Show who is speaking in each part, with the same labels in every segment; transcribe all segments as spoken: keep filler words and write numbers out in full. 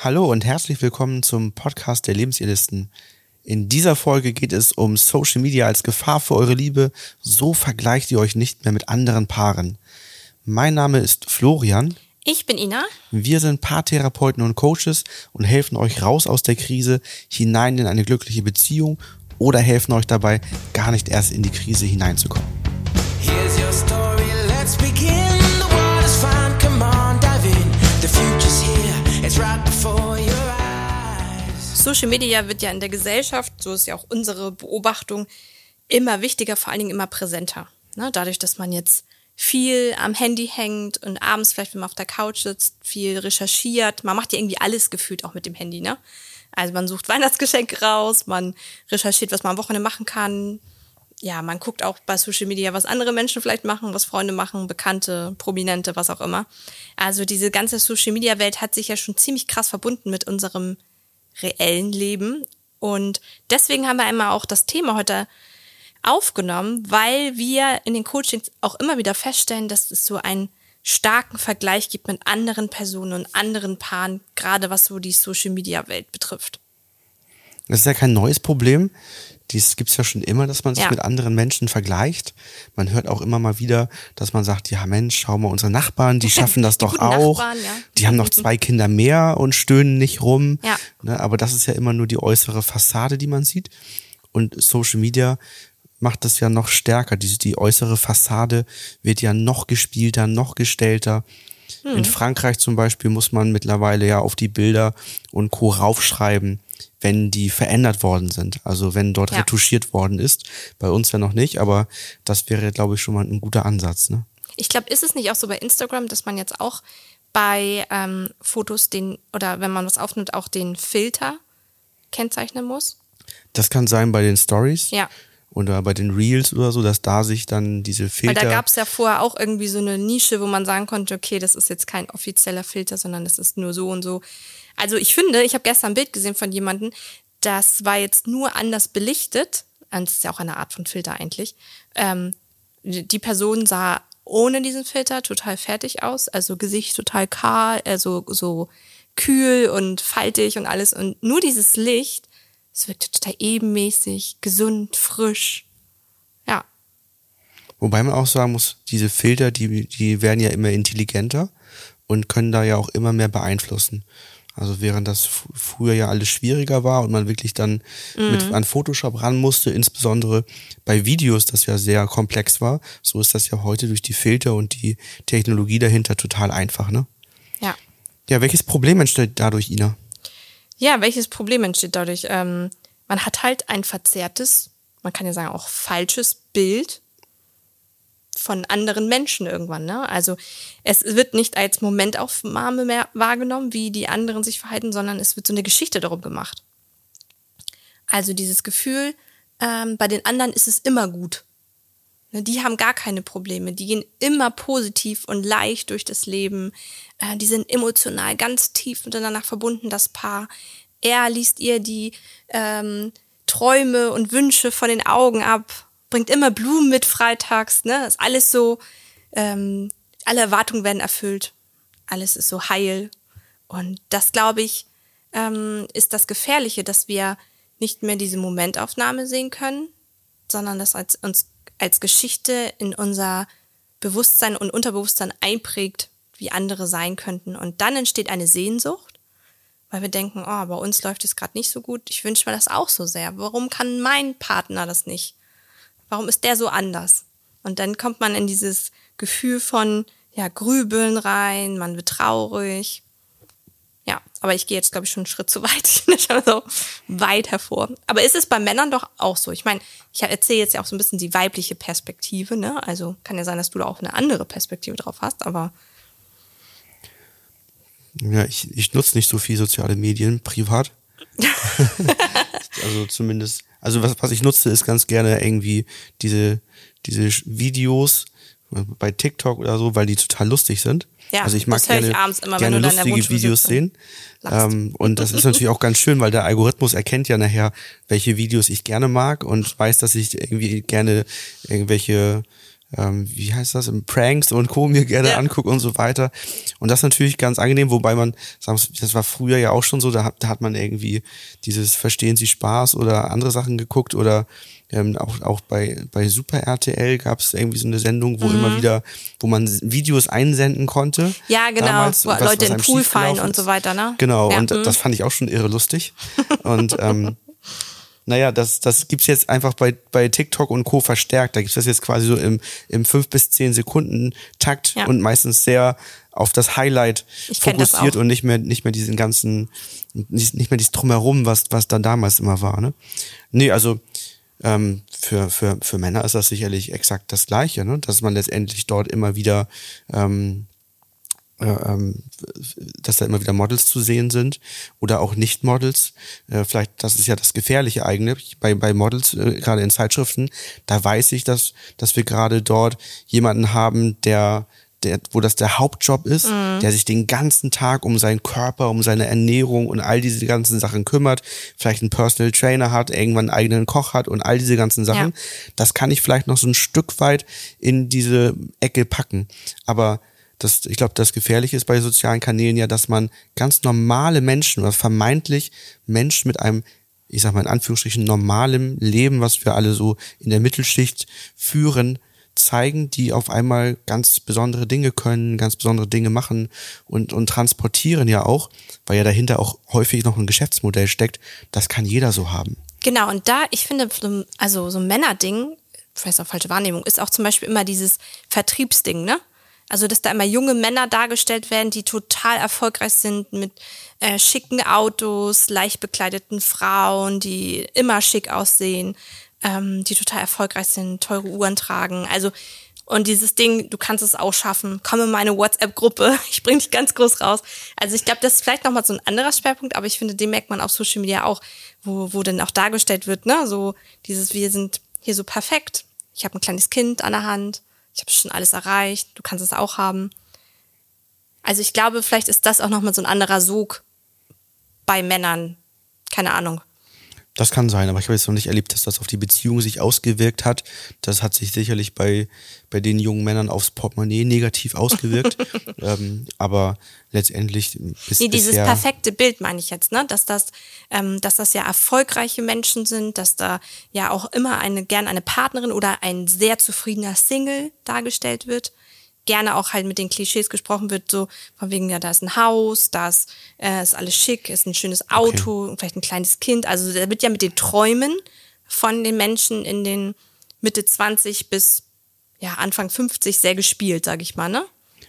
Speaker 1: Hallo und herzlich willkommen zum Podcast der Lebensidealisten. In dieser Folge geht es um Social Media als Gefahr für eure Liebe. So vergleicht ihr euch nicht mehr mit anderen Paaren. Mein Name ist Florian.
Speaker 2: Ich bin Ina.
Speaker 1: Wir sind Paartherapeuten und Coaches und helfen euch raus aus der Krise, hinein in eine glückliche Beziehung oder helfen euch dabei, gar nicht erst in die Krise hineinzukommen.
Speaker 3: Here's your story, let's begin. The water's fine, come on, dive in. The future's here, it's right before your eyes.
Speaker 2: Social Media wird ja in der Gesellschaft, so ist ja auch unsere Beobachtung, immer wichtiger, vor allen Dingen immer präsenter. Ne? Dadurch, dass man jetzt viel am Handy hängt und abends vielleicht, wenn man auf der Couch sitzt, viel recherchiert. Man macht ja irgendwie alles gefühlt auch mit dem Handy, ne? Also man sucht Weihnachtsgeschenke raus, man recherchiert, was man am Wochenende machen kann. Ja, man guckt auch bei Social Media, was andere Menschen vielleicht machen, was Freunde machen, Bekannte, Prominente, was auch immer. Also diese ganze Social Media Welt hat sich ja schon ziemlich krass verbunden mit unserem reellen Leben. Und deswegen haben wir einmal auch das Thema heute aufgenommen, weil wir in den Coachings auch immer wieder feststellen, dass es so einen starken Vergleich gibt mit anderen Personen und anderen Paaren, gerade was so die Social-Media-Welt betrifft.
Speaker 1: Das ist ja kein neues Problem. Dies gibt's ja schon immer, dass man sich
Speaker 2: Ja.
Speaker 1: mit anderen Menschen vergleicht. Man hört auch immer mal wieder, dass man sagt, ja Mensch, schau mal, unsere Nachbarn, die schaffen das
Speaker 2: Die
Speaker 1: doch
Speaker 2: guten
Speaker 1: auch.
Speaker 2: Nachbarn, ja.
Speaker 1: Die haben noch zwei Kinder mehr und stöhnen nicht rum.
Speaker 2: Ja.
Speaker 1: Ne, aber das ist ja immer nur die äußere Fassade, die man sieht. Und Social Media macht das ja noch stärker. Die, die äußere Fassade wird ja noch gespielter, noch gestellter.
Speaker 2: Hm.
Speaker 1: In Frankreich zum Beispiel muss man mittlerweile ja auf die Bilder und Co. raufschreiben, wenn die verändert worden sind. Also wenn dort
Speaker 2: Ja.
Speaker 1: retuschiert worden ist. Bei uns ja noch nicht, aber das wäre, glaube ich, schon mal ein guter Ansatz. Ne?
Speaker 2: Ich glaube, ist es nicht auch so bei Instagram, dass man jetzt auch bei ähm, Fotos den, oder wenn man was aufnimmt, auch den Filter kennzeichnen muss?
Speaker 1: Das kann sein bei den Stories.
Speaker 2: Ja.
Speaker 1: Oder bei den Reels oder so, dass da sich dann diese Filter...
Speaker 2: Weil da gab es ja vorher auch irgendwie so eine Nische, wo man sagen konnte, okay, das ist jetzt kein offizieller Filter, sondern das ist nur so und so. Also ich finde, ich habe gestern ein Bild gesehen von jemandem, das war jetzt nur anders belichtet. Das ist ja auch eine Art von Filter eigentlich. Ähm, die Person sah ohne diesen Filter total fertig aus, also Gesicht total kahl, also so kühl und faltig und alles. Und nur dieses Licht, es wirkte total ebenmäßig, gesund, frisch. Ja.
Speaker 1: Wobei man auch sagen muss, diese Filter, die, die werden ja immer intelligenter und können da ja auch immer mehr beeinflussen. Also während das f- früher ja alles schwieriger war und man wirklich dann
Speaker 2: Mhm.
Speaker 1: mit an Photoshop ran musste, insbesondere bei Videos, das ja sehr komplex war, so ist das ja heute durch die Filter und die Technologie dahinter total einfach, ne?
Speaker 2: Ja.
Speaker 1: Ja, welches Problem entsteht dadurch, Ina?
Speaker 2: Ja, welches Problem entsteht dadurch? Ähm, man hat halt ein verzerrtes, man kann ja sagen auch falsches Bild von anderen Menschen irgendwann. Ne? Also es wird nicht als Momentaufnahme mehr wahrgenommen, wie die anderen sich verhalten, sondern es wird so eine Geschichte darum gemacht. Also dieses Gefühl, ähm, bei den anderen ist es immer gut. Ne, die haben gar keine Probleme, die gehen immer positiv und leicht durch das Leben. Äh, die sind emotional ganz tief miteinander verbunden, das Paar. Er liest ihr die ähm, Träume und Wünsche von den Augen ab, bringt immer Blumen mit freitags, ne? Ist alles so, ähm, alle Erwartungen werden erfüllt, alles ist so heil. Und das, glaube ich, ähm, ist das Gefährliche, dass wir nicht mehr diese Momentaufnahme sehen können, sondern das als uns als Geschichte in unser Bewusstsein und Unterbewusstsein einprägt, wie andere sein könnten. Und dann entsteht eine Sehnsucht, weil wir denken, oh, bei uns läuft es gerade nicht so gut. Ich wünsche mir das auch so sehr. Warum kann mein Partner das nicht? Warum ist der so anders? Und dann kommt man in dieses Gefühl von ja, Grübeln rein, man wird traurig. Ja, aber ich gehe jetzt, glaube ich, schon einen Schritt zu weit. Ich bin schon so weit hervor. Aber ist es bei Männern doch auch so? Ich meine, ich erzähle jetzt ja auch so ein bisschen die weibliche Perspektive, ne? Also kann ja sein, dass du da auch eine andere Perspektive drauf hast, aber
Speaker 1: Ja, ich, ich nutze nicht so viel soziale Medien privat. Also zumindest, also was, was ich nutze, ist ganz gerne irgendwie diese, diese Videos bei TikTok oder so, weil die total lustig sind.
Speaker 2: Ja,
Speaker 1: also ich mag
Speaker 2: das höre ich
Speaker 1: gerne,
Speaker 2: abends immer, wenn
Speaker 1: gerne
Speaker 2: du da in der
Speaker 1: lustige
Speaker 2: Wohnstube
Speaker 1: Videos
Speaker 2: sitzt und
Speaker 1: sehen.
Speaker 2: lachst.
Speaker 1: Ähm, und das ist natürlich auch ganz schön, weil der Algorithmus erkennt ja nachher, welche Videos ich gerne mag und weiß, dass ich irgendwie gerne irgendwelche ähm, wie heißt das, im Pranks und Co. mir gerne
Speaker 2: Ja.
Speaker 1: angucke und so weiter. Und das ist natürlich ganz angenehm, wobei man, sagen wir, das war früher ja auch schon so, da hat, da hat man irgendwie dieses Verstehen Sie Spaß oder andere Sachen geguckt oder ähm, auch, auch bei, bei Super R T L gab es irgendwie so eine Sendung, wo
Speaker 2: Mhm.
Speaker 1: immer wieder, wo man Videos einsenden konnte.
Speaker 2: Ja, genau,
Speaker 1: damals,
Speaker 2: wo
Speaker 1: was-
Speaker 2: Leute
Speaker 1: was
Speaker 2: in
Speaker 1: einem
Speaker 2: den Pool
Speaker 1: schiefgelaufen
Speaker 2: fallen und
Speaker 1: ist.
Speaker 2: so weiter, ne?
Speaker 1: Genau,
Speaker 2: Ja,
Speaker 1: und
Speaker 2: mhm.
Speaker 1: das fand ich auch schon irre lustig. Und ähm, naja, das, das gibt's jetzt einfach bei, bei TikTok und Co. verstärkt. Da gibt's das jetzt quasi so im, im fünf bis zehn Sekunden Takt
Speaker 2: Ja.
Speaker 1: und meistens sehr auf das Highlight
Speaker 2: Ich kenn das
Speaker 1: fokussiert
Speaker 2: auch.
Speaker 1: und nicht mehr, nicht mehr diesen ganzen, nicht, nicht mehr dieses Drumherum, was, was dann damals immer war, ne? Nee, also, ähm, für, für, für Männer ist das sicherlich exakt das Gleiche, ne? Dass man letztendlich dort immer wieder, ähm, äh, ähm, dass da immer wieder Models zu sehen sind oder auch Nicht-Models. Äh, vielleicht, das ist ja das Gefährliche eigentlich bei, bei Models, äh, gerade in Zeitschriften. Da weiß ich, dass, dass wir gerade dort jemanden haben, der, der, wo das der Hauptjob ist, der sich den ganzen Tag um seinen Körper, um seine Ernährung und all diese ganzen Sachen kümmert, vielleicht einen Personal Trainer hat, irgendwann einen eigenen Koch hat und all diese ganzen Sachen.
Speaker 2: Ja.
Speaker 1: Das kann ich vielleicht noch so ein Stück weit in diese Ecke packen. Aber das, ich glaube, das Gefährliche ist bei sozialen Kanälen ja, dass man ganz normale Menschen oder vermeintlich Menschen mit einem, ich sag mal in Anführungsstrichen, normalem Leben, was wir alle so in der Mittelschicht führen, zeigen, die auf einmal ganz besondere Dinge können, ganz besondere Dinge machen und, und transportieren ja auch, weil ja dahinter auch häufig noch ein Geschäftsmodell steckt. Das kann jeder so haben.
Speaker 2: Genau, und da, ich finde, so- also so ein Männerding, vielleicht auch falsche Wahrnehmung, ist auch zum Beispiel immer dieses Vertriebsding, ne? Also, dass da immer junge Männer dargestellt werden, die total erfolgreich sind mit äh, schicken Autos, leicht bekleideten Frauen, die immer schick aussehen, ähm, die total erfolgreich sind, teure Uhren tragen. Also, und dieses Ding, du kannst es auch schaffen, komm in meine WhatsApp-Gruppe, ich bring dich ganz groß raus. Also ich glaube, das ist vielleicht nochmal so ein anderer Schwerpunkt, aber ich finde, den merkt man auf Social Media auch, wo, wo dann auch dargestellt wird, ne, so dieses, wir sind hier so perfekt, ich habe ein kleines Kind an der Hand, ich habe schon alles erreicht, du kannst es auch haben. Also ich glaube, vielleicht ist das auch nochmal so ein anderer Sog bei Männern, keine Ahnung.
Speaker 1: Das kann sein, aber ich habe jetzt noch nicht erlebt, dass das auf die Beziehung sich ausgewirkt hat. Das hat sich sicherlich bei, bei den jungen Männern aufs Portemonnaie negativ ausgewirkt. ähm, aber letztendlich bis
Speaker 2: Nee, dieses
Speaker 1: bisher,
Speaker 2: perfekte Bild meine ich jetzt, ne? Dass das, ähm, dass das ja erfolgreiche Menschen sind, dass da ja auch immer eine, gern eine Partnerin oder ein sehr zufriedener Single dargestellt wird. Gerne auch halt mit den Klischees gesprochen wird, so von wegen, ja, da ist ein Haus, da ist, äh, ist alles schick, ist ein schönes Auto, und vielleicht ein kleines Kind. Also da wird ja mit den Träumen von den Menschen in den Mitte zwanzig bis ja, Anfang fünfzig sehr gespielt, sag ich mal, ne?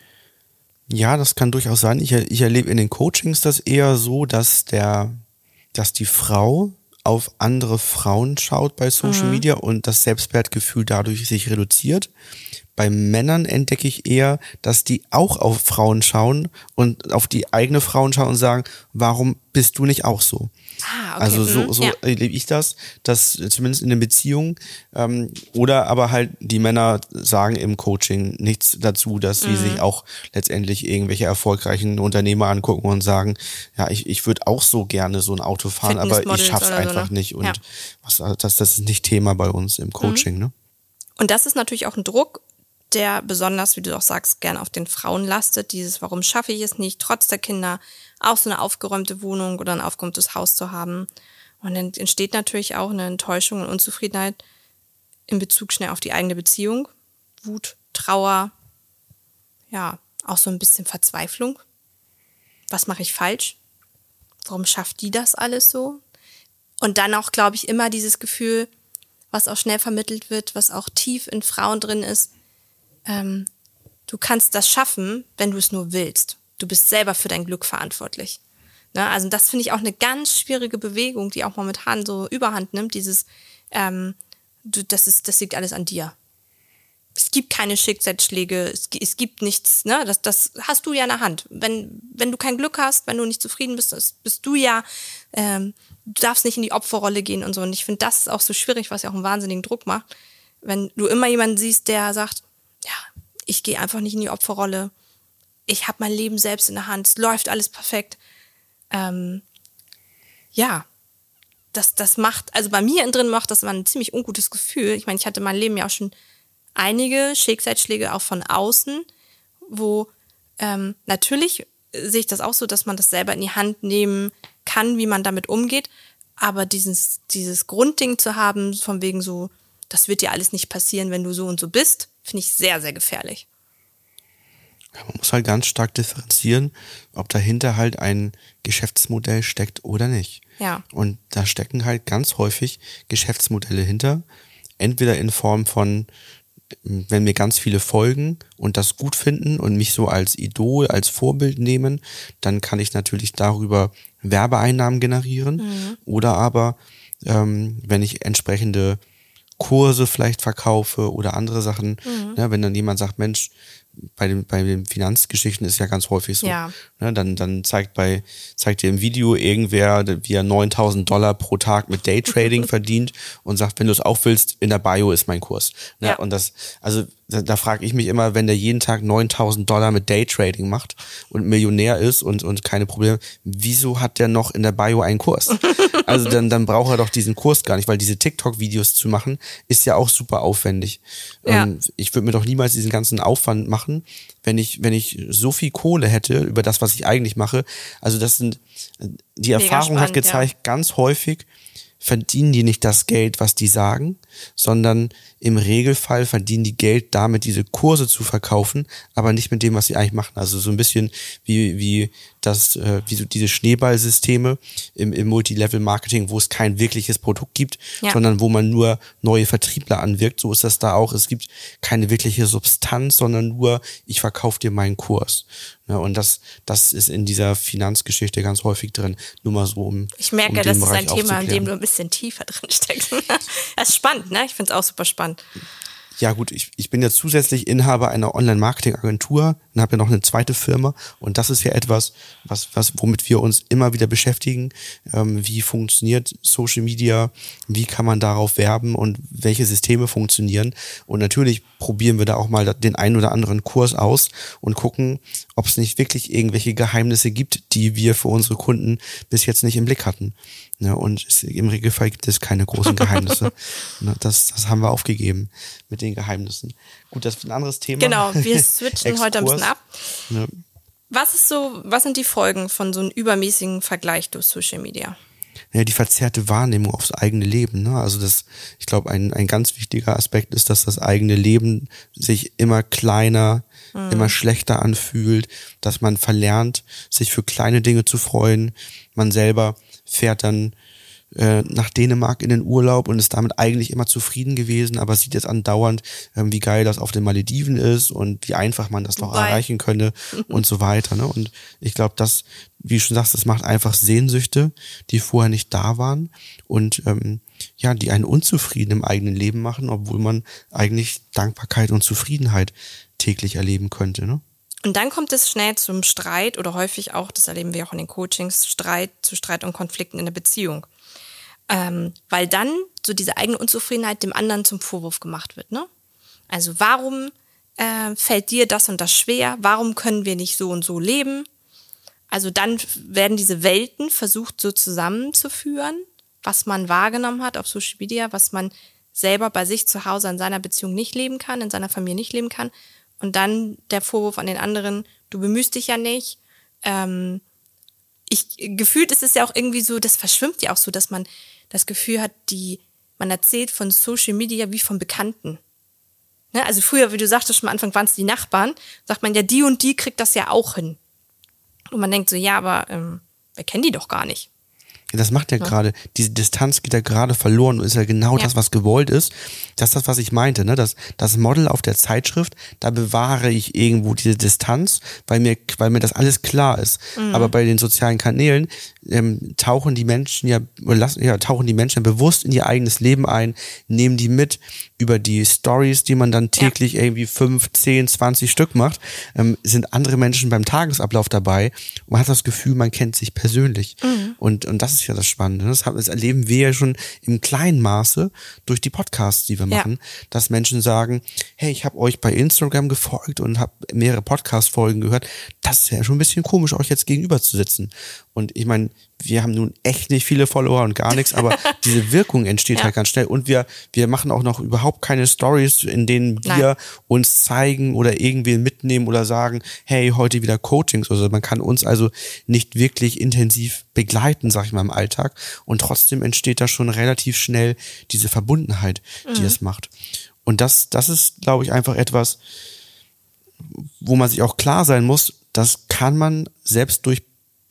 Speaker 1: ja, das kann durchaus sein. Ich, ich erlebe in den Coachings das eher so, dass der, dass die Frau auf andere Frauen schaut bei Social Media und das Selbstwertgefühl dadurch sich reduziert. Bei Männern entdecke ich eher, dass die auch auf Frauen schauen und auf die eigene Frauen schauen und sagen, warum bist du nicht auch so?
Speaker 2: Ah, okay.
Speaker 1: Also so,
Speaker 2: mhm,
Speaker 1: so
Speaker 2: ja.
Speaker 1: erlebe ich das, dass zumindest in den Beziehungen ähm, oder aber halt die Männer sagen im Coaching nichts dazu, dass sie
Speaker 2: Mhm.
Speaker 1: sich auch letztendlich irgendwelche erfolgreichen Unternehmer angucken und sagen, ja, ich, ich würde auch so gerne so ein Auto fahren, aber ich
Speaker 2: Fitnessmodels
Speaker 1: schaff's
Speaker 2: oder so,
Speaker 1: einfach
Speaker 2: ne?
Speaker 1: nicht und
Speaker 2: Ja.
Speaker 1: was, das, das ist nicht Thema bei uns im Coaching, ne?
Speaker 2: Und das ist natürlich auch ein Druck, der besonders, wie du auch sagst, gern auf den Frauen lastet. Dieses, warum schaffe ich es nicht, trotz der Kinder auch so eine aufgeräumte Wohnung oder ein aufgeräumtes Haus zu haben. Und dann entsteht natürlich auch eine Enttäuschung und Unzufriedenheit in Bezug schnell auf die eigene Beziehung. Wut, Trauer, ja, auch so ein bisschen Verzweiflung. Was mache ich falsch? Warum schafft die das alles so? Und dann auch, glaube ich, immer dieses Gefühl, was auch schnell vermittelt wird, was auch tief in Frauen drin ist, ähm, du kannst das schaffen, wenn du es nur willst. Du bist selber für dein Glück verantwortlich. Ne? Also das finde ich auch eine ganz schwierige Bewegung, die auch momentan so Überhand nimmt, dieses, ähm, du, das ist, das liegt alles an dir. Es gibt keine Schicksalsschläge, es, es gibt nichts, ne? Das, das hast du ja in der Hand. Wenn, wenn du kein Glück hast, wenn du nicht zufrieden bist, das bist du ja, ähm, du darfst nicht in die Opferrolle gehen und so. Und ich finde, das ist auch so schwierig, was ja auch einen wahnsinnigen Druck macht. Wenn du immer jemanden siehst, der sagt, ja, ich gehe einfach nicht in die Opferrolle, ich habe mein Leben selbst in der Hand, es läuft alles perfekt. Ähm, ja, das, das macht, also bei mir innen drin macht das immer ein ziemlich ungutes Gefühl. Ich meine, ich hatte mein Leben ja auch schon einige Schicksalsschläge auch von außen, wo ähm, natürlich sehe ich das auch so, dass man das selber in die Hand nehmen kann, wie man damit umgeht, aber dieses, dieses Grundding zu haben, von wegen so, das wird dir alles nicht passieren, wenn du so und so bist, finde ich sehr, sehr gefährlich.
Speaker 1: Ja, man muss halt ganz stark differenzieren, ob dahinter halt ein Geschäftsmodell steckt oder nicht.
Speaker 2: Ja.
Speaker 1: Und da stecken halt ganz häufig Geschäftsmodelle hinter, entweder in Form von, wenn mir ganz viele folgen und das gut finden und mich so als Idol, als Vorbild nehmen, dann kann ich natürlich darüber Werbeeinnahmen generieren. Mhm. Oder aber, ähm, wenn ich entsprechende Kurse vielleicht verkaufe oder andere Sachen, mhm. ne, wenn dann jemand sagt, Mensch, bei den, bei den Finanzgeschichten ist ja ganz häufig so.
Speaker 2: Ja.
Speaker 1: Ne, dann, dann zeigt bei, zeigt dir im Video irgendwer, wie er neuntausend Dollar pro Tag mit Daytrading verdient und sagt, wenn du es auch willst, in der Bio ist mein Kurs. Ne,
Speaker 2: ja.
Speaker 1: Und das, also, da, da frage ich mich immer, wenn der jeden Tag neuntausend Dollar mit Daytrading macht und Millionär ist und, und keine Probleme, wieso hat der noch in der Bio einen Kurs? Also dann, dann braucht er doch diesen Kurs gar nicht, weil diese TikTok-Videos zu machen, ist ja auch super aufwendig.
Speaker 2: Ja.
Speaker 1: Ähm, ich würde mir doch niemals diesen ganzen Aufwand machen, wenn ich, wenn ich so viel Kohle hätte über das, was ich eigentlich mache. Also das sind, die
Speaker 2: Mega
Speaker 1: Erfahrung
Speaker 2: spannend,
Speaker 1: hat gezeigt,
Speaker 2: ja.
Speaker 1: ganz häufig verdienen die nicht das Geld, was die sagen, sondern im Regelfall verdienen die Geld damit, diese Kurse zu verkaufen, aber nicht mit dem, was sie eigentlich machen. Also so ein bisschen wie wie das, äh, wie so diese Schneeballsysteme im, im Multilevel-Marketing, wo es kein wirkliches Produkt gibt,
Speaker 2: ja.
Speaker 1: sondern wo man nur neue Vertriebler anwirkt. So ist das da auch. Es gibt keine wirkliche Substanz, sondern nur, ich verkaufe dir meinen Kurs. Ja, und das, das ist in dieser Finanzgeschichte ganz häufig drin. Nur mal so um
Speaker 2: Ich merke,
Speaker 1: um den
Speaker 2: das ist
Speaker 1: Bereich
Speaker 2: ein Thema, in dem
Speaker 1: aufzuklären.
Speaker 2: du ein bisschen tiefer drin steckst. Das ist spannend, ne? Ich finde es auch super spannend.
Speaker 1: Ja gut, ich, ich bin ja zusätzlich Inhaber einer Online-Marketing-Agentur und habe ja noch eine zweite Firma und das ist ja etwas, was, was womit wir uns immer wieder beschäftigen. Ähm, wie funktioniert Social Media, wie kann man darauf werben und welche Systeme funktionieren. Und natürlich probieren wir da auch mal den einen oder anderen Kurs aus und gucken, ob es nicht wirklich irgendwelche Geheimnisse gibt, die wir für unsere Kunden bis jetzt nicht im Blick hatten. Ja, und es, im Regelfall gibt es keine großen Geheimnisse. das, das haben wir aufgegeben mit den Geheimnissen. Gut, das ist ein anderes Thema.
Speaker 2: Genau, wir switchen heute ein bisschen ab.
Speaker 1: Ja.
Speaker 2: Was ist so, was sind die Folgen von so einem übermäßigen Vergleich durch Social Media?
Speaker 1: Ja, die verzerrte Wahrnehmung aufs eigene Leben. Ne? Also das, ich glaube, ein, ein ganz wichtiger Aspekt ist, dass das eigene Leben sich immer kleiner, mhm. immer schlechter anfühlt, dass man verlernt, sich für kleine Dinge zu freuen. Man selber fährt dann äh, nach Dänemark in den Urlaub und ist damit eigentlich immer zufrieden gewesen, aber sieht jetzt andauernd, äh, wie geil das auf den Malediven ist und wie einfach man das doch
Speaker 2: Wobei.
Speaker 1: erreichen könne und so weiter. Ne? Und ich glaube, das, wie du schon sagst, das macht einfach Sehnsüchte, die vorher nicht da waren und ähm, ja, die einen unzufrieden im eigenen Leben machen, obwohl man eigentlich Dankbarkeit und Zufriedenheit täglich erleben könnte. Ne?
Speaker 2: Und dann kommt es schnell zum Streit oder häufig auch, das erleben wir auch in den Coachings, Streit zu Streit und Konflikten in der Beziehung. Ähm, weil dann so diese eigene Unzufriedenheit dem anderen zum Vorwurf gemacht wird. Ne? Also warum äh, fällt dir das und das schwer? Warum können wir nicht so und so leben? Also dann werden diese Welten versucht so zusammenzuführen, was man wahrgenommen hat auf Social Media, was man selber bei sich zu Hause in seiner Beziehung nicht leben kann, in seiner Familie nicht leben kann. Und dann der Vorwurf an den anderen, du bemühst dich ja nicht. Ähm, ich, gefühlt ist es ja auch irgendwie so, das verschwimmt ja auch so, dass man das Gefühl hat, die, man erzählt von Social Media wie von Bekannten. Ne? Also früher, wie du sagtest, schon am Anfang waren es die Nachbarn, sagt man ja, die und die kriegt das ja auch hin. Und man denkt so, ja, aber ähm, wir kennen die doch gar nicht.
Speaker 1: Das macht ja, ja. gerade, diese Distanz geht ja gerade verloren und ist ja genau ja. das, was gewollt ist. Das ist das, was ich meinte, ne? Das, das Model auf der Zeitschrift, da bewahre ich irgendwo diese Distanz, weil mir, weil mir das alles klar ist. Mhm. Aber bei den sozialen Kanälen ähm, tauchen die Menschen ja, lassen, ja, tauchen die Menschen bewusst in ihr eigenes Leben ein, nehmen die mit über die Stories, die man dann täglich ja. irgendwie fünf, zehn, zwanzig Stück macht, ähm, sind andere Menschen beim Tagesablauf dabei und man hat das Gefühl, man kennt sich persönlich. Mhm. Und, und das ist ja das Spannende. Das, das erleben wir ja schon im kleinen Maße durch die Podcasts, die wir machen, ja. dass Menschen sagen, hey, ich habe euch bei Instagram gefolgt und habe mehrere Podcast-Folgen gehört. Das ist ja schon ein bisschen komisch, euch jetzt gegenüber zu sitzen. Und ich meine, wir haben nun echt nicht viele Follower und gar nichts, aber diese Wirkung entsteht
Speaker 2: Ja.
Speaker 1: halt ganz schnell. Und wir, wir machen auch noch überhaupt keine Stories, in denen wir
Speaker 2: Nein.
Speaker 1: uns zeigen oder irgendwen mitnehmen oder sagen, hey, heute wieder Coachings. Also man kann uns also nicht wirklich intensiv begleiten, sag ich mal, im Alltag. Und trotzdem entsteht da schon relativ schnell diese Verbundenheit, die
Speaker 2: Mhm.
Speaker 1: es macht. Und das, das ist, glaube ich, einfach etwas, wo man sich auch klar sein muss, das kann man selbst durch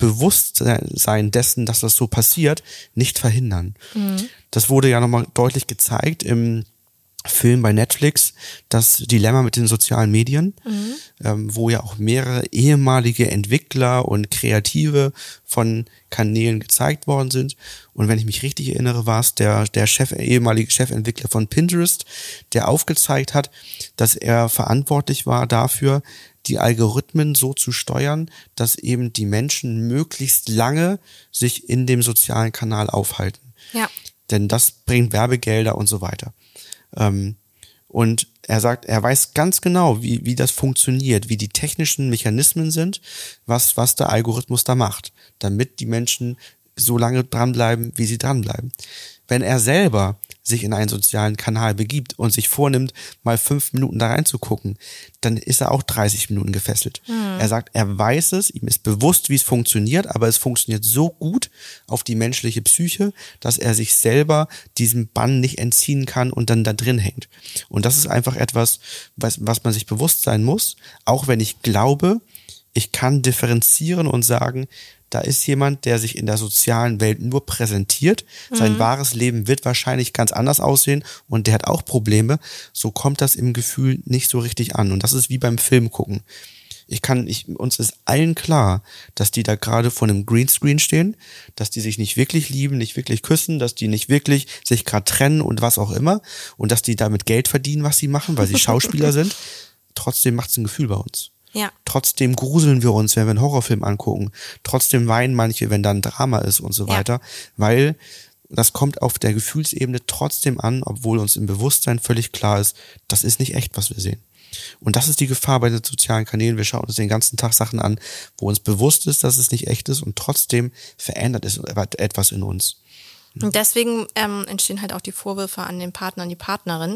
Speaker 1: Bewusstsein dessen, dass das so passiert, nicht verhindern. Das wurde ja nochmal deutlich gezeigt im Film bei Netflix, das Dilemma mit den sozialen Medien, ähm, wo ja auch mehrere ehemalige Entwickler und Kreative von Kanälen gezeigt worden sind. Und wenn ich mich richtig erinnere, war es der, der Chef, ehemalige Chefentwickler von Pinterest, der aufgezeigt hat, dass er verantwortlich war dafür, die Algorithmen so zu steuern, dass eben die Menschen möglichst lange sich in dem sozialen Kanal aufhalten.
Speaker 2: Ja.
Speaker 1: Denn das bringt Werbegelder und so weiter. Ähm, und er sagt, er weiß ganz genau, wie, wie das funktioniert, wie die technischen Mechanismen sind, was, was der Algorithmus da macht, damit die Menschen so lange dranbleiben, wie sie dranbleiben. Wenn er selber sich in einen sozialen Kanal begibt und sich vornimmt, mal fünf Minuten da reinzugucken, dann ist er auch dreißig Minuten gefesselt. Mhm. Er sagt, er weiß es, ihm ist bewusst, wie es funktioniert, aber es funktioniert so gut auf die menschliche Psyche, dass er sich selber diesem Bann nicht entziehen kann und dann da drin hängt. Und das ist einfach etwas, was, was man sich bewusst sein muss, auch wenn ich glaube, ich kann differenzieren und sagen, da ist jemand, der sich in der sozialen Welt nur präsentiert. Mhm. Sein wahres Leben wird wahrscheinlich ganz anders aussehen und der hat auch Probleme. So kommt das im Gefühl nicht so richtig an. Und das ist wie beim Film gucken. Ich kann, ich, uns ist allen klar, dass die da gerade vor einem Greenscreen stehen, dass die sich nicht wirklich lieben, nicht wirklich küssen, dass die nicht wirklich sich gerade trennen und was auch immer und dass die damit Geld verdienen, was sie machen, weil sie Schauspieler sind. Trotzdem macht es ein Gefühl bei uns.
Speaker 2: Ja.
Speaker 1: Trotzdem gruseln wir uns, wenn wir einen Horrorfilm angucken. Trotzdem weinen manche, wenn da ein Drama ist und so weiter. Ja. Weil das kommt auf der Gefühlsebene trotzdem an, obwohl uns im Bewusstsein völlig klar ist, das ist nicht echt, was wir sehen. Und das ist die Gefahr bei den sozialen Kanälen. Wir schauen uns den ganzen Tag Sachen an, wo uns bewusst ist, dass es nicht echt ist und trotzdem verändert es etwas in uns.
Speaker 2: Und deswegen ähm, entstehen halt auch die Vorwürfe an den Partner und die Partnerin,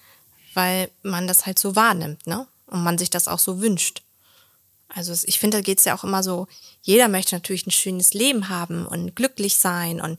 Speaker 2: weil man das halt so wahrnimmt, ne? Und man sich das auch so wünscht. Also ich finde, da geht es ja auch immer so, jeder möchte natürlich ein schönes Leben haben und glücklich sein und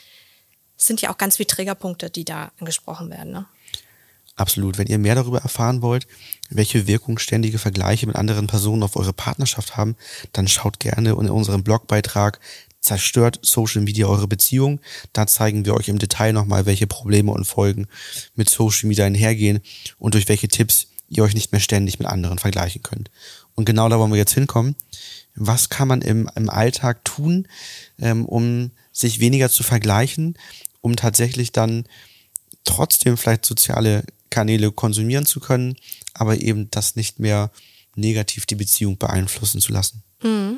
Speaker 2: es sind ja auch ganz viele Triggerpunkte, die da angesprochen werden, ne?
Speaker 1: Absolut. Wenn ihr mehr darüber erfahren wollt, welche Wirkung ständige Vergleiche mit anderen Personen auf eure Partnerschaft haben, dann schaut gerne in unserem Blogbeitrag Zerstört Social Media eure Beziehung. Da zeigen wir euch im Detail nochmal, welche Probleme und Folgen mit Social Media einhergehen und durch welche Tipps ihr euch nicht mehr ständig mit anderen vergleichen könnt. Und genau da wollen wir jetzt hinkommen. Was kann man im, im Alltag tun, ähm, um sich weniger zu vergleichen, um tatsächlich dann trotzdem vielleicht soziale Kanäle konsumieren zu können, aber eben das nicht mehr negativ die Beziehung beeinflussen zu lassen?
Speaker 2: Mhm.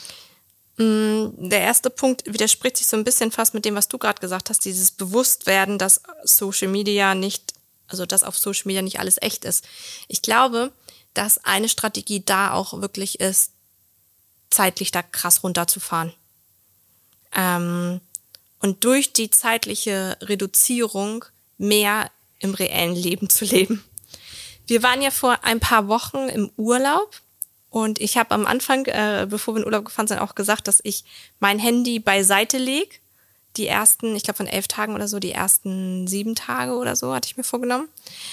Speaker 2: Der erste Punkt widerspricht sich so ein bisschen fast mit dem, was du gerade gesagt hast, dieses Bewusstwerden, dass Social Media nicht, also dass auf Social Media nicht alles echt ist. Ich glaube, dass eine Strategie da auch wirklich ist, zeitlich da krass runterzufahren. Ähm, und durch die zeitliche Reduzierung mehr im reellen Leben zu leben. Wir waren ja vor ein paar Wochen im Urlaub und ich habe am Anfang, äh, bevor wir in Urlaub gefahren sind, auch gesagt, dass ich mein Handy beiseite lege. Die ersten, ich glaube von elf Tagen oder so, die ersten sieben Tage oder so hatte ich mir vorgenommen.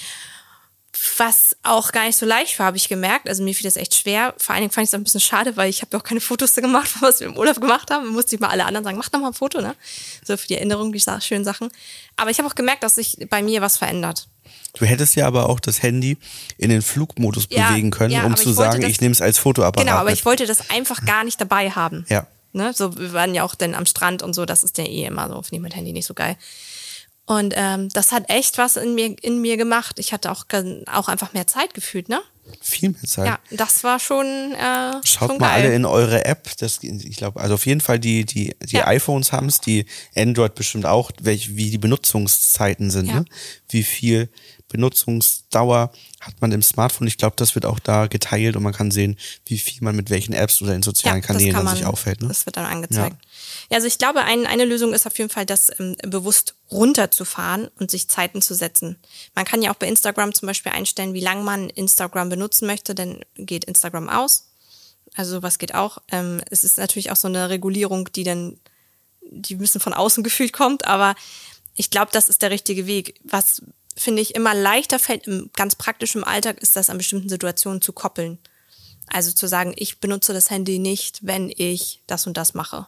Speaker 2: Was auch gar nicht so leicht war, habe ich gemerkt. Also mir fiel das echt schwer. Vor allen Dingen fand ich es auch ein bisschen schade, weil ich habe ja auch keine Fotos gemacht, was wir im Urlaub gemacht haben. Da musste ich mal alle anderen sagen, mach doch mal ein Foto, ne? So für die Erinnerung, die schönen Sachen. Aber ich habe auch gemerkt, dass sich bei mir was verändert.
Speaker 1: Du hättest ja aber auch das Handy in den Flugmodus
Speaker 2: ja,
Speaker 1: bewegen können,
Speaker 2: ja,
Speaker 1: um zu sagen,
Speaker 2: das,
Speaker 1: ich nehme es als Fotoapparat
Speaker 2: Genau, aber
Speaker 1: mit.
Speaker 2: ich wollte das einfach gar nicht dabei haben.
Speaker 1: Ja.
Speaker 2: Ne? So, wir waren ja auch dann am Strand und so, das ist ja eh immer so, finde ich mit Handy nicht so geil. Und ähm, das hat echt was in mir in mir gemacht. Ich hatte auch, auch einfach mehr Zeit gefühlt, ne?
Speaker 1: Viel mehr Zeit.
Speaker 2: Ja, das war schon äh,
Speaker 1: Schaut
Speaker 2: schon
Speaker 1: mal
Speaker 2: geil.
Speaker 1: alle in eure App. Das, ich glaube, also auf jeden Fall die, die, die
Speaker 2: Ja.
Speaker 1: iPhones haben es, die Android bestimmt auch, welch, wie die Benutzungszeiten sind,
Speaker 2: Ja.
Speaker 1: ne? Wie viel Benutzungsdauer hat man im Smartphone. Ich glaube, das wird auch da geteilt und man kann sehen, wie viel man mit welchen Apps oder in sozialen
Speaker 2: Ja,
Speaker 1: Kanälen
Speaker 2: das kann
Speaker 1: dann sich
Speaker 2: man-
Speaker 1: aufhält. Ne?
Speaker 2: Das wird dann angezeigt. Ja, also ich glaube, ein, eine Lösung ist auf jeden Fall, das ähm, bewusst runterzufahren und sich Zeiten zu setzen. Man kann ja auch bei Instagram zum Beispiel einstellen, wie lange man Instagram benutzen möchte, dann geht Instagram aus. Also was geht auch. Ähm, es ist natürlich auch so eine Regulierung, die dann, die ein bisschen von außen gefühlt kommt, aber ich glaube, das ist der richtige Weg. Was, finde ich, immer leichter fällt im ganz praktischen Alltag, ist das an bestimmten Situationen zu koppeln. Also zu sagen, ich benutze das Handy nicht, wenn ich das und das mache.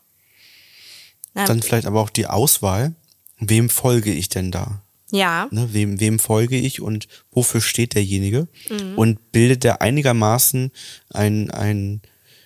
Speaker 2: Na,
Speaker 1: Dann vielleicht aber auch die Auswahl, wem folge ich denn da?
Speaker 2: ja,
Speaker 1: Ne, wem, wem folge ich und wofür steht derjenige?
Speaker 2: Mhm.
Speaker 1: Und bildet der einigermaßen ein, ein,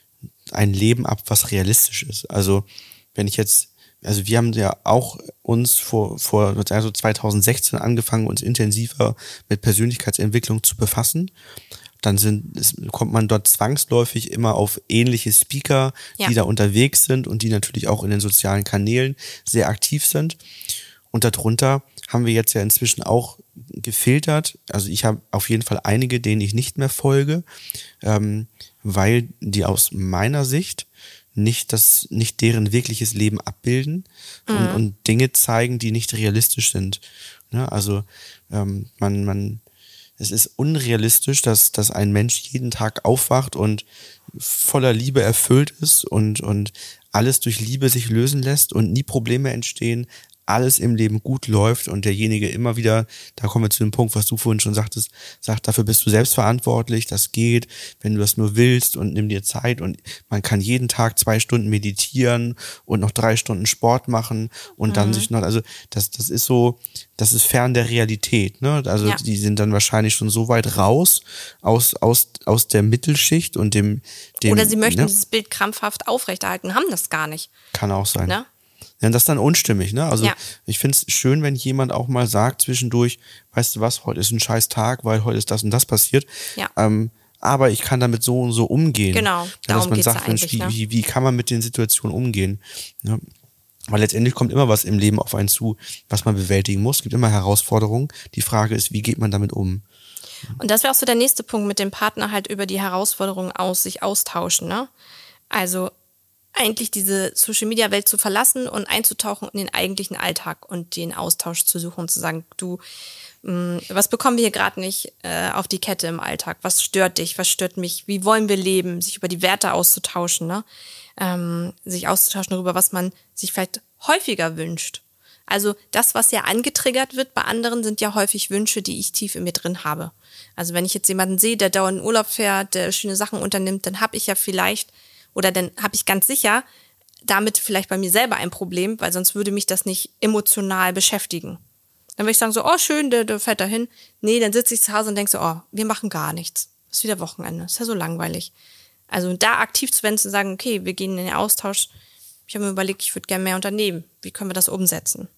Speaker 1: ein Leben ab, was realistisch ist? Also wenn ich jetzt, also wir haben ja auch uns vor, vor also zwanzig sechzehn angefangen, uns intensiver mit Persönlichkeitsentwicklung zu befassen. Dann sind, ist, kommt man dort zwangsläufig immer auf ähnliche Speaker,
Speaker 2: Ja.
Speaker 1: die da unterwegs sind und die natürlich auch in den sozialen Kanälen sehr aktiv sind. Und darunter haben wir jetzt ja inzwischen auch gefiltert. Also ich habe auf jeden Fall einige, denen ich nicht mehr folge, ähm, weil die aus meiner Sicht nicht das, nicht deren wirkliches Leben abbilden und, und Dinge zeigen, die nicht realistisch sind. Ne? Also ähm, man, man, es ist unrealistisch, dass, dass ein Mensch jeden Tag aufwacht und voller Liebe erfüllt ist und, und alles durch Liebe sich lösen lässt und nie Probleme entstehen, alles im Leben gut läuft und derjenige immer wieder, da kommen wir zu dem Punkt, was du vorhin schon sagtest, sagt, dafür bist du selbst verantwortlich, das geht, wenn du das nur willst und nimm dir Zeit und man kann jeden Tag zwei Stunden meditieren und noch drei Stunden Sport machen und dann sich noch, also das, das ist so, das ist fern der Realität, ne? Also
Speaker 2: Ja.
Speaker 1: die sind dann wahrscheinlich schon so weit raus aus, aus, aus der Mittelschicht und dem, dem
Speaker 2: oder sie möchten
Speaker 1: ne?
Speaker 2: dieses Bild krampfhaft aufrechterhalten, haben das gar nicht.
Speaker 1: Kann auch sein.
Speaker 2: Ne?
Speaker 1: Ja, das ist dann unstimmig, ne? Also
Speaker 2: Ja.
Speaker 1: ich find's schön, wenn jemand auch mal sagt zwischendurch, weißt du was, heute ist ein scheiß Tag, weil heute ist das und das passiert.
Speaker 2: Ja.
Speaker 1: Ähm, aber ich kann damit so und so umgehen.
Speaker 2: Genau,
Speaker 1: Ja, dass
Speaker 2: darum
Speaker 1: man
Speaker 2: geht's
Speaker 1: sagt,
Speaker 2: ja
Speaker 1: Mensch,
Speaker 2: eigentlich,
Speaker 1: wie,
Speaker 2: ne?
Speaker 1: wie, wie kann man mit den Situationen umgehen? Ja. Weil letztendlich kommt immer was im Leben auf einen zu, was man bewältigen muss. Es gibt immer Herausforderungen. Die Frage ist, wie geht man damit um?
Speaker 2: Und das wäre auch so der nächste Punkt, mit dem Partner halt über die Herausforderungen aus sich austauschen, ne? Also eigentlich diese Social-Media-Welt zu verlassen und einzutauchen in den eigentlichen Alltag und den Austausch zu suchen und zu sagen, du, mh, was bekommen wir hier gerade nicht äh, auf die Kette im Alltag? Was stört dich? Was stört mich? Wie wollen wir leben? Sich über die Werte auszutauschen, ne? Ähm, sich auszutauschen darüber, was man sich vielleicht häufiger wünscht. Also das, was ja angetriggert wird bei anderen, sind ja häufig Wünsche, die ich tief in mir drin habe. Also wenn ich jetzt jemanden sehe, der dauernd in Urlaub fährt, der schöne Sachen unternimmt, dann habe ich ja vielleicht, oder dann habe ich ganz sicher damit vielleicht bei mir selber ein Problem, weil sonst würde mich das nicht emotional beschäftigen. Dann würde ich sagen so, oh schön, der, der fährt dahin. Nee, dann sitze ich zu Hause und denke so, oh, wir machen gar nichts. Ist wieder Wochenende, ist ja so langweilig. Also da aktiv zu werden, zu sagen, okay, wir gehen in den Austausch. Ich habe mir überlegt, ich würde gerne mehr unternehmen. Wie können wir das umsetzen?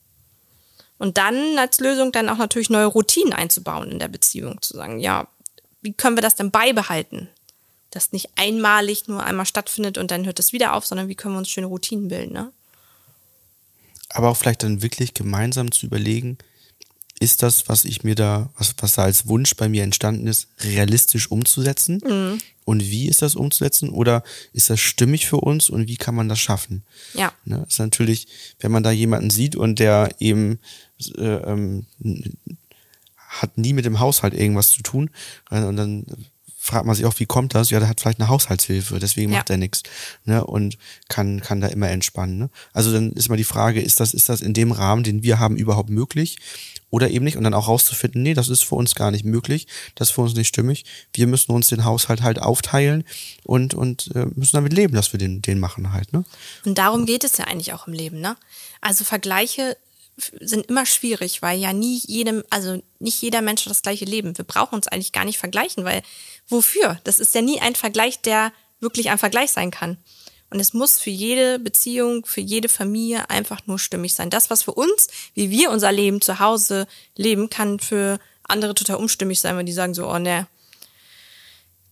Speaker 2: Und dann als Lösung dann auch natürlich neue Routinen einzubauen in der Beziehung. Zu sagen, ja, wie können wir das denn beibehalten? Dass nicht einmalig nur einmal stattfindet und dann hört es wieder auf, sondern wie können wir uns schöne Routinen bilden, ne?
Speaker 1: Aber auch vielleicht dann wirklich gemeinsam zu überlegen, ist das, was ich mir da, was, was da als Wunsch bei mir entstanden ist, realistisch umzusetzen? Mhm. Und wie ist das umzusetzen? Oder ist das stimmig für uns und wie kann man das schaffen?
Speaker 2: Ja.
Speaker 1: Ne, das ist natürlich, wenn man da jemanden sieht und der eben äh, ähm, hat nie mit dem Haushalt irgendwas zu tun äh, und dann fragt man sich auch, wie kommt das? Ja, der hat vielleicht eine Haushaltshilfe, deswegen
Speaker 2: Ja.
Speaker 1: macht er nichts, ne? Und kann kann da immer entspannen. Ne? Also dann ist mal die Frage, ist das ist das in dem Rahmen, den wir haben, überhaupt möglich oder eben nicht? Und dann auch rauszufinden, nee, das ist für uns gar nicht möglich, das ist für uns nicht stimmig. Wir müssen uns den Haushalt halt aufteilen und und äh, müssen damit leben, dass wir den den machen halt. Ne?
Speaker 2: Und darum geht es ja eigentlich auch im Leben, ne? Also Vergleiche sind immer schwierig, weil ja nie jedem, also nicht jeder Mensch hat das gleiche Leben. Wir brauchen uns eigentlich gar nicht vergleichen, weil wofür? Das ist ja nie ein Vergleich, der wirklich ein Vergleich sein kann. Und es muss für jede Beziehung, für jede Familie einfach nur stimmig sein. Das, was für uns, wie wir unser Leben zu Hause leben, kann für andere total unstimmig sein, weil die sagen so, oh ne,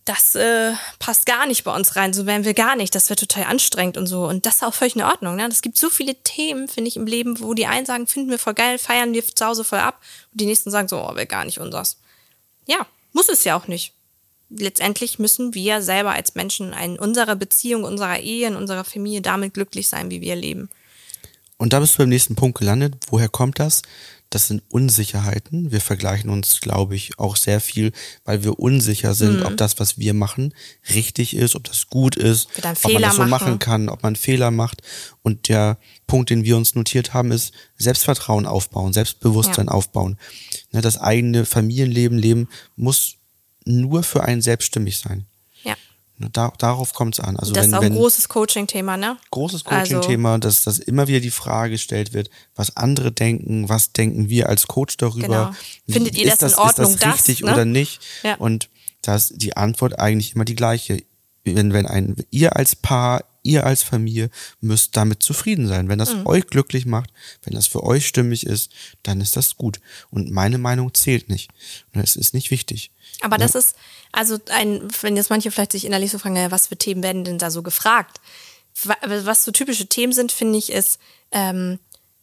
Speaker 2: das äh, passt gar nicht bei uns rein, so wären wir gar nicht, das wäre total anstrengend und so. Und das ist auch völlig in Ordnung. Ne? Es gibt so viele Themen, finde ich, im Leben, wo die einen sagen, finden wir voll geil, feiern wir zu Hause voll ab. Und die nächsten sagen so, oh, wäre gar nicht unseres. Ja, muss es ja auch nicht. Letztendlich müssen wir selber als Menschen in unserer Beziehung, unserer Ehe, in unserer Familie damit glücklich sein, wie wir leben.
Speaker 1: Und da bist du beim nächsten Punkt gelandet. Woher kommt das? Das sind Unsicherheiten. Wir vergleichen uns, glaube ich, auch sehr viel, weil wir unsicher sind, mhm. ob das, was wir machen, richtig ist, ob das gut ist,
Speaker 2: ob man
Speaker 1: Fehler das so
Speaker 2: machen.
Speaker 1: machen kann, ob man Fehler macht. Und der Punkt, den wir uns notiert haben, ist Selbstvertrauen aufbauen, Selbstbewusstsein ja. aufbauen. Das eigene Familienleben leben muss nur für einen selbststimmig sein.
Speaker 2: Ja.
Speaker 1: Da, darauf kommt es an. Also
Speaker 2: das
Speaker 1: wenn,
Speaker 2: ist auch
Speaker 1: wenn,
Speaker 2: ein großes Coaching-Thema, ne?
Speaker 1: Großes Coaching-Thema, also, dass, dass immer wieder die Frage gestellt wird, was andere denken, was denken wir als Coach darüber.
Speaker 2: Genau. Findet ihr das,
Speaker 1: das
Speaker 2: in Ordnung,
Speaker 1: ist das richtig
Speaker 2: das, ne?
Speaker 1: oder nicht?
Speaker 2: Ja.
Speaker 1: Und da ist die Antwort eigentlich immer die gleiche. Wenn, wenn ein, ihr als Paar, ihr als Familie müsst damit zufrieden sein. Wenn das
Speaker 2: mhm.
Speaker 1: euch glücklich macht, wenn das für euch stimmig ist, dann ist das gut. Und meine Meinung zählt nicht. Und es ist nicht wichtig.
Speaker 2: Aber
Speaker 1: ja.
Speaker 2: das ist, also ein, wenn jetzt manche vielleicht sich innerlich so fragen, ja, was für Themen werden denn da so gefragt? Was so typische Themen sind, finde ich, ist, ähm,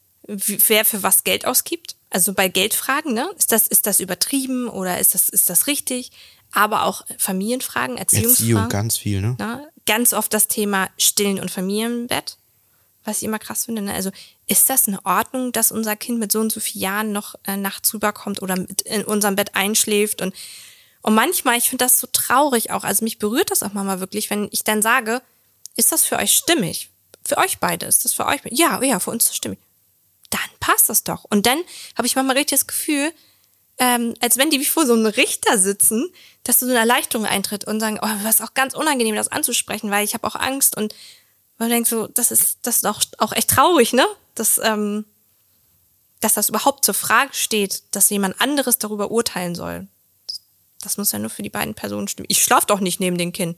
Speaker 2: wer für was Geld ausgibt. Also bei Geldfragen, ne? Ist das, ist das übertrieben oder ist das, ist das richtig? Aber auch Familienfragen, Erziehungsfragen.
Speaker 1: Erziehung, ganz viel, ne?
Speaker 2: ne? Ganz oft das Thema Stillen und Familienbett, was ich immer krass finde. Ne? Also ist das in Ordnung, dass unser Kind mit so und so vielen Jahren noch äh, nachts rüberkommt oder mit in unserem Bett einschläft? Und, und manchmal, ich finde das so traurig auch, also mich berührt das auch manchmal wirklich, wenn ich dann sage, ist das für euch stimmig? Für euch beide, ist das für euch? Ja, ja, für uns ist das stimmig. Dann passt das doch. Und dann habe ich manchmal richtig das Gefühl, Ähm, als wenn die wie vor so einem Richter sitzen, dass so eine Erleichterung eintritt und sagen, oh, was auch ganz unangenehm, das anzusprechen, weil ich habe auch Angst und man denkt so, das ist das ist auch, auch echt traurig, ne? Dass, ähm, dass das überhaupt zur Frage steht, dass jemand anderes darüber urteilen soll. Das muss ja nur für die beiden Personen stimmen. Ich schlafe doch nicht neben dem Kind.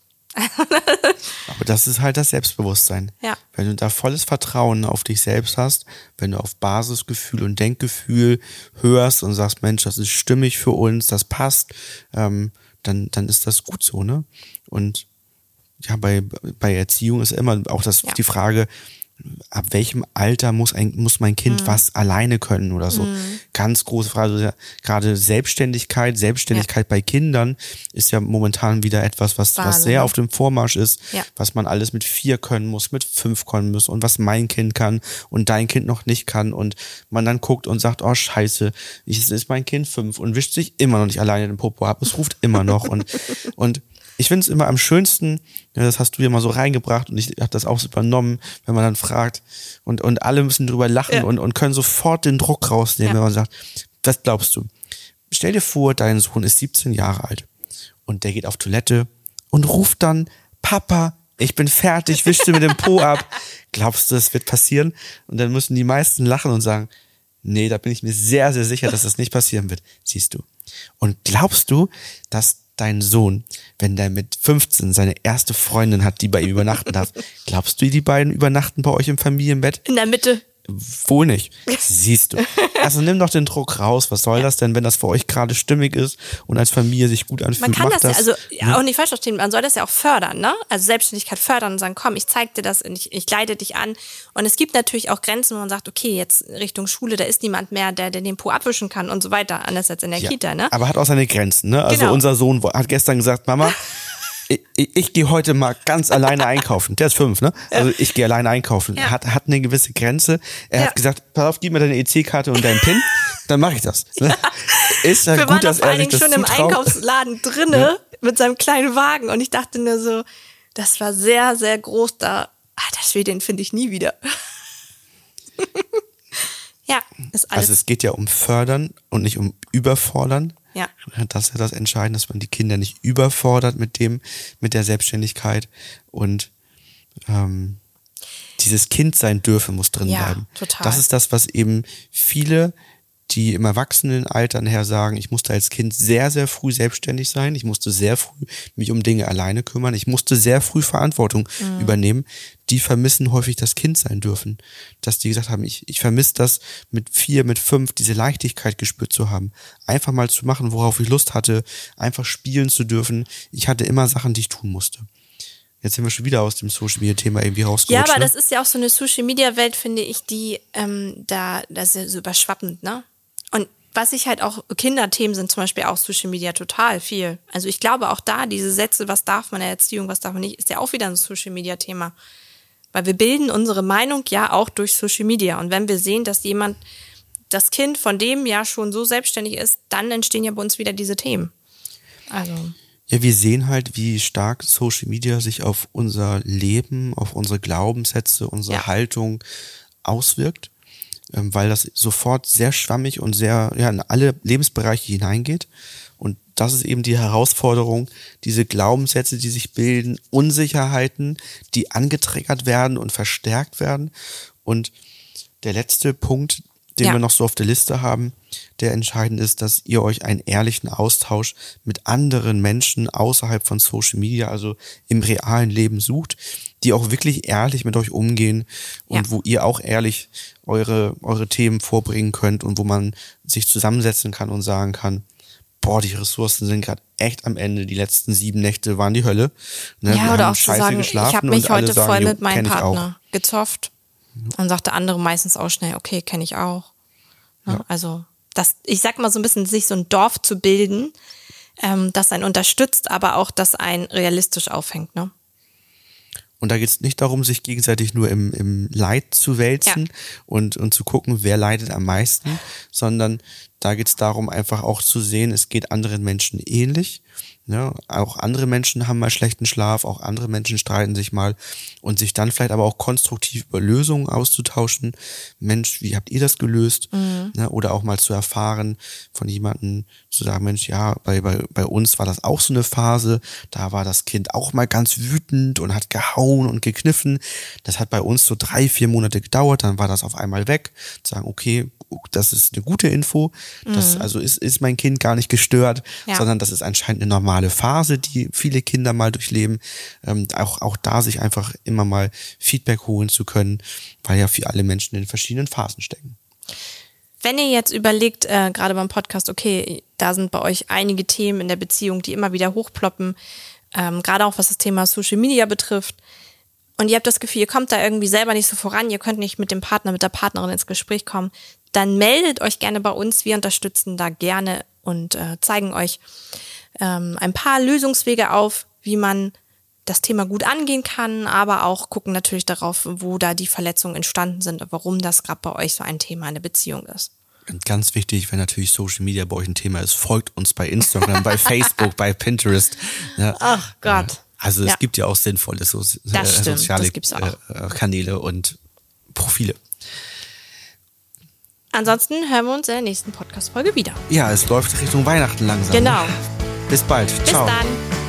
Speaker 1: Aber das ist halt das Selbstbewusstsein.
Speaker 2: Ja.
Speaker 1: Wenn du da volles Vertrauen auf dich selbst hast, wenn du auf Basisgefühl und Denkgefühl hörst und sagst, Mensch, das ist stimmig für uns, das passt, ähm, dann, dann ist das gut so, ne? Und ja, bei, bei Erziehung ist immer auch das,
Speaker 2: ja.
Speaker 1: die Frage, ab welchem Alter muss ein muss mein Kind mhm. was alleine können oder so. Mhm. Ganz große Frage. Also ja, gerade Selbstständigkeit, Selbstständigkeit ja. bei Kindern ist ja momentan wieder etwas, was, was sehr auf dem Vormarsch ist, ja. was man alles mit vier können muss, mit fünf können muss und was mein Kind kann und dein Kind noch nicht kann und man dann guckt und sagt, oh scheiße, es ist mein Kind fünf und wischt sich immer noch nicht alleine den Popo ab, es ruft immer noch und und ich finde es immer am schönsten, ja, das hast du ja mal so reingebracht und ich habe das auch so übernommen, wenn man dann fragt und, und alle müssen drüber lachen ja. und, und können sofort den Druck rausnehmen, ja. wenn man sagt, was glaubst du? Stell dir vor, dein Sohn ist siebzehn Jahre alt und der geht auf Toilette und ruft dann, Papa, ich bin fertig, wisch dir mit dem Po ab. Glaubst du, das wird passieren? Und dann müssen die meisten lachen und sagen, nee, da bin ich mir sehr, sehr sicher, dass das nicht passieren wird. Siehst du. Und glaubst du, dass dein Sohn, wenn der mit fünfzehn seine erste Freundin hat, die bei ihm übernachten darf, glaubst du, die beiden übernachten bei euch im Familienbett?
Speaker 2: In der Mitte.
Speaker 1: Wohl nicht. Siehst du. Also nimm doch den Druck raus. Was soll ja. das denn, wenn das für euch gerade stimmig ist und als Familie sich gut anfühlt?
Speaker 2: Man kann
Speaker 1: Macht
Speaker 2: das,
Speaker 1: das
Speaker 2: ja, also ja,
Speaker 1: ne?
Speaker 2: auch nicht falsch verstehen, man soll das ja auch fördern, ne? Also Selbstständigkeit fördern und sagen, komm, ich zeig dir das und ich, ich leite dich an. Und es gibt natürlich auch Grenzen, wo man sagt, okay, jetzt Richtung Schule, da ist niemand mehr, der, der den Po abwischen kann und so weiter, anders als in der
Speaker 1: ja.
Speaker 2: Kita, ne?
Speaker 1: Aber hat auch seine Grenzen, ne? Also
Speaker 2: genau.
Speaker 1: unser Sohn hat gestern gesagt, Mama, ich, ich, ich gehe heute mal ganz alleine einkaufen. Der ist fünf, ne? Also ich gehe alleine einkaufen.
Speaker 2: Ja.
Speaker 1: Hat, hat eine gewisse Grenze. Er
Speaker 2: ja.
Speaker 1: hat gesagt, pass auf, gib mir deine E C-Karte und deinen PIN, dann mache ich das. Ne?
Speaker 2: Ja.
Speaker 1: Ist ja
Speaker 2: Wir
Speaker 1: gut,
Speaker 2: waren
Speaker 1: dass
Speaker 2: vor
Speaker 1: er
Speaker 2: allen
Speaker 1: sich
Speaker 2: Dingen
Speaker 1: das
Speaker 2: schon im
Speaker 1: zutraut.
Speaker 2: Einkaufsladen drinne
Speaker 1: Ja.
Speaker 2: mit seinem kleinen Wagen und ich dachte nur so, das war sehr, sehr groß da. Ah, das will den finde ich nie wieder. Ja, ist alles.
Speaker 1: Also es geht ja um Fördern und nicht um Überfordern.
Speaker 2: Ja.
Speaker 1: Das ist ja das Entscheidende, dass man die Kinder nicht überfordert mit dem, mit der Selbstständigkeit und ähm, dieses Kind sein dürfen muss drin
Speaker 2: ja,
Speaker 1: bleiben.
Speaker 2: Total.
Speaker 1: Das ist das, was eben viele, die im Erwachsenenalter nachher sagen, ich musste als Kind sehr, sehr früh selbstständig sein, ich musste sehr früh mich um Dinge alleine kümmern, ich musste sehr früh Verantwortung mhm. übernehmen, die vermissen häufig das Kind sein dürfen. Dass die gesagt haben, ich, ich vermisse das mit vier, mit fünf, diese Leichtigkeit gespürt zu haben. Einfach mal zu machen, worauf ich Lust hatte, einfach spielen zu dürfen. Ich hatte immer Sachen, die ich tun musste. Jetzt sind wir schon wieder aus dem Social-Media-Thema irgendwie rausgerutscht.
Speaker 2: Ja, aber
Speaker 1: ne?
Speaker 2: das ist ja auch so eine Social-Media-Welt, finde ich, die ähm, da, das ist ja so überschwappend, ne? Und was ich halt auch, Kinderthemen sind zum Beispiel auch Social-Media total viel. Also ich glaube auch da, diese Sätze, was darf man in der Erziehung, was darf man nicht, ist ja auch wieder ein Social-Media-Thema. Weil wir bilden unsere Meinung ja auch durch Social-Media. Und wenn wir sehen, dass jemand, das Kind von dem ja schon so selbstständig ist, dann entstehen ja bei uns wieder diese Themen. Also...
Speaker 1: Ja, wir sehen halt, wie stark Social Media sich auf unser Leben, auf unsere Glaubenssätze, unsere ja. Haltung auswirkt, ähm, weil das sofort sehr schwammig und sehr ja in alle Lebensbereiche hineingeht. Und das ist eben die Herausforderung, diese Glaubenssätze, die sich bilden, Unsicherheiten, die angetriggert werden und verstärkt werden. Und der letzte Punkt, den ja. wir noch so auf der Liste haben, der entscheidend ist, dass ihr euch einen ehrlichen Austausch mit anderen Menschen außerhalb von Social Media, also im realen Leben sucht, die auch wirklich ehrlich mit euch umgehen und ja. wo ihr auch ehrlich eure, eure Themen vorbringen könnt und wo man sich zusammensetzen kann und sagen kann, boah, die Ressourcen sind gerade echt am Ende, die letzten sieben Nächte waren die Hölle. Ne?
Speaker 2: Ja,
Speaker 1: wir
Speaker 2: oder
Speaker 1: haben
Speaker 2: auch zu
Speaker 1: scheiße
Speaker 2: sagen,
Speaker 1: geschlafen
Speaker 2: ich habe mich
Speaker 1: und alle
Speaker 2: heute
Speaker 1: sagen,
Speaker 2: voll
Speaker 1: jo,
Speaker 2: mit meinem
Speaker 1: kenn ich
Speaker 2: Partner
Speaker 1: auch.
Speaker 2: gezofft. Dann sagt der andere meistens auch schnell, okay, kenne ich auch. Ne?
Speaker 1: Ja.
Speaker 2: Also das, ich sag mal so ein bisschen, sich so ein Dorf zu bilden, ähm, das einen unterstützt, aber auch das einen realistisch aufhängt. Ne?
Speaker 1: Und da geht es nicht darum, sich gegenseitig nur im, im Leid zu wälzen ja. und, und zu gucken, wer leidet am meisten, sondern da geht es darum, einfach auch zu sehen, es geht anderen Menschen ähnlich. Ne? Auch andere Menschen haben mal schlechten Schlaf, auch andere Menschen streiten sich mal und sich dann vielleicht aber auch konstruktiv über Lösungen auszutauschen. Mensch, wie habt ihr das gelöst? Mhm. Ne? Oder auch mal zu erfahren von jemandem, zu sagen, Mensch, ja, bei, bei, bei uns war das auch so eine Phase, da war das Kind auch mal ganz wütend und hat gehauen und gekniffen. Das hat bei uns so drei, vier Monate gedauert, dann war das auf einmal weg. Zu sagen, okay, das ist eine gute Info, das, mhm. also ist, ist mein Kind gar nicht gestört, ja. sondern das ist anscheinend eine normale Phase, die viele Kinder mal durchleben. Ähm, auch, auch da sich einfach immer mal Feedback holen zu können, weil ja für alle Menschen in verschiedenen Phasen stecken.
Speaker 2: Wenn ihr jetzt überlegt, äh, gerade beim Podcast, okay, da sind bei euch einige Themen in der Beziehung, die immer wieder hochploppen, ähm, gerade auch was das Thema Social Media betrifft, und ihr habt das Gefühl, ihr kommt da irgendwie selber nicht so voran, ihr könnt nicht mit dem Partner, mit der Partnerin ins Gespräch kommen, dann meldet euch gerne bei uns. Wir unterstützen da gerne und äh, zeigen euch ähm, ein paar Lösungswege auf, wie man das Thema gut angehen kann, aber auch gucken natürlich darauf, wo da die Verletzungen entstanden sind und warum das gerade bei euch so ein Thema in der Beziehung ist.
Speaker 1: Und ganz wichtig, wenn natürlich Social Media bei euch ein Thema ist, folgt uns bei Instagram, bei Facebook, bei Pinterest. Ja,
Speaker 2: Ach Gott.
Speaker 1: Also es
Speaker 2: ja.
Speaker 1: gibt ja auch sinnvolle so, äh,
Speaker 2: stimmt,
Speaker 1: soziale
Speaker 2: äh,
Speaker 1: Kanäle und Profile.
Speaker 2: Ansonsten hören wir uns in der nächsten Podcast-Folge wieder.
Speaker 1: Ja, es läuft Richtung Weihnachten langsam.
Speaker 2: Genau.
Speaker 1: Bis bald.
Speaker 2: Bis
Speaker 1: Ciao.
Speaker 2: dann.